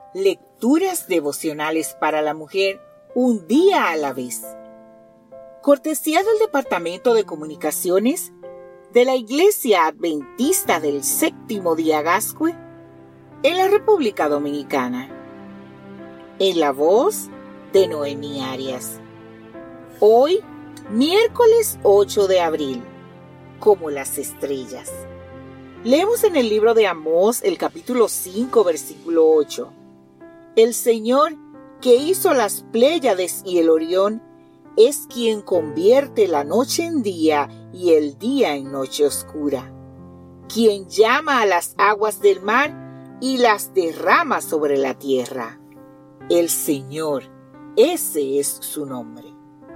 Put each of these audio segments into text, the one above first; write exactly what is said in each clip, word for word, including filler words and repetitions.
Lecturas devocionales para la mujer, un día a la vez. Cortesía del Departamento de Comunicaciones de la Iglesia Adventista del Séptimo Día Gascue en la República Dominicana. En la voz de Noemí Arias. Hoy, miércoles ocho de abril, como las estrellas. Leemos en el libro de Amós el capítulo cinco, versículo ocho. El Señor que hizo las Pléyades y el Orión es quien convierte la noche en día y el día en noche oscura, quien llama a las aguas del mar y las derrama sobre la tierra. El Señor, ese es su nombre.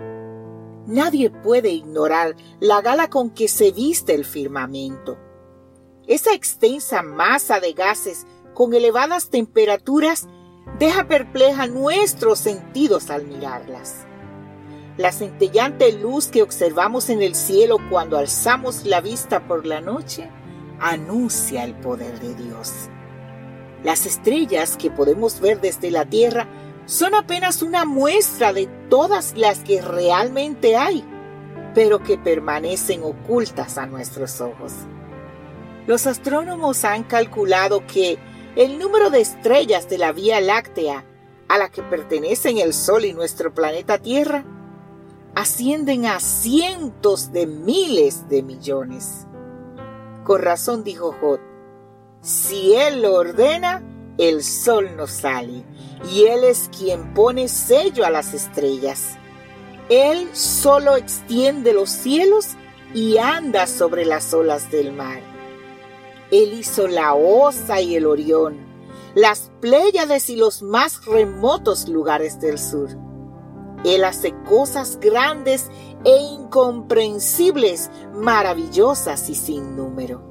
Nadie puede ignorar la gala con que se viste el firmamento. Esa extensa masa de gases con elevadas temperaturas deja perpleja nuestros sentidos al mirarlas. La centellante luz que observamos en el cielo cuando alzamos la vista por la noche anuncia el poder de Dios. Las estrellas que podemos ver desde la tierra son apenas una muestra de todas las que realmente hay, pero que permanecen ocultas a nuestros ojos. Los astrónomos han calculado que el número de estrellas de la Vía Láctea, a la que pertenecen el Sol y nuestro planeta Tierra, ascienden a cientos de miles de millones. Con razón dijo Job, si Él lo ordena, el sol no sale, y Él es quien pone sello a las estrellas. Él solo extiende los cielos y anda sobre las olas del mar. Él hizo la Osa y el Orión, las Pléyades y los más remotos lugares del sur. Él hace cosas grandes e incomprensibles, maravillosas y sin número.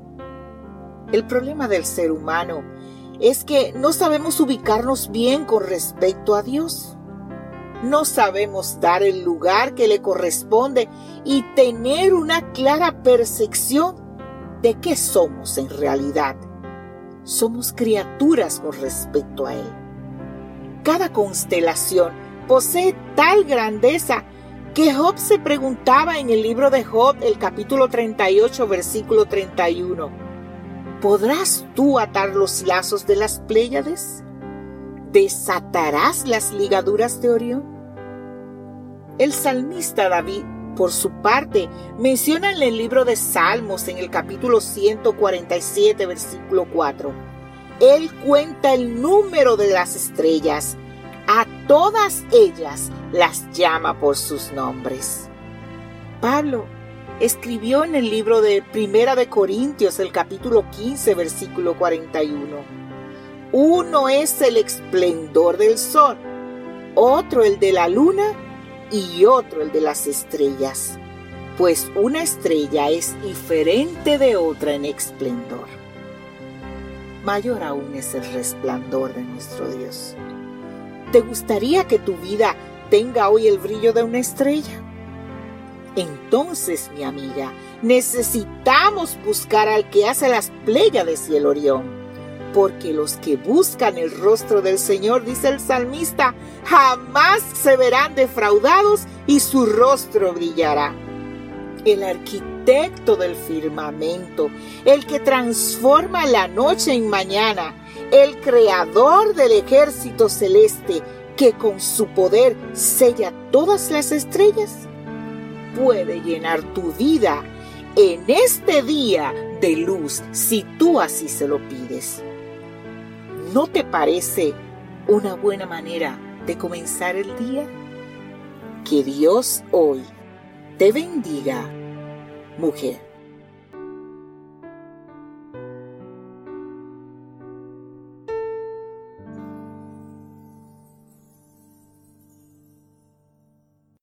El problema del ser humano es que no sabemos ubicarnos bien con respecto a Dios. No sabemos dar el lugar que le corresponde y tener una clara percepción de qué somos en realidad. Somos criaturas con respecto a Él. Cada constelación posee tal grandeza que Job se preguntaba en el libro de Job, el capítulo treinta y ocho, versículo treinta y uno. ¿Podrás tú atar los lazos de las Pléyades? ¿Desatarás las ligaduras de Orión? El salmista David, por su parte, menciona en el libro de Salmos, en el capítulo ciento cuarenta y siete, versículo cuatro. Él cuenta el número de las estrellas. A todas ellas las llama por sus nombres. Pablo escribió en el libro de Primera de Corintios, el capítulo quince, versículo cuarenta y uno. Uno es el esplendor del sol, otro el de la luna y otro el de las estrellas, pues una estrella es diferente de otra en esplendor. Mayor aún es el resplandor de nuestro Dios. ¿Te gustaría que tu vida tenga hoy el brillo de una estrella? Entonces, mi amiga, necesitamos buscar al que hace las Pléyades y el Orión, porque los que buscan el rostro del Señor, dice el salmista, jamás se verán defraudados y su rostro brillará. El arquitecto del firmamento, el que transforma la noche en mañana, el creador del ejército celeste, que con su poder sella todas las estrellas, puede llenar tu vida en este día de luz si tú así se lo pides. ¿No te parece una buena manera de comenzar el día? Que Dios hoy te bendiga, mujer.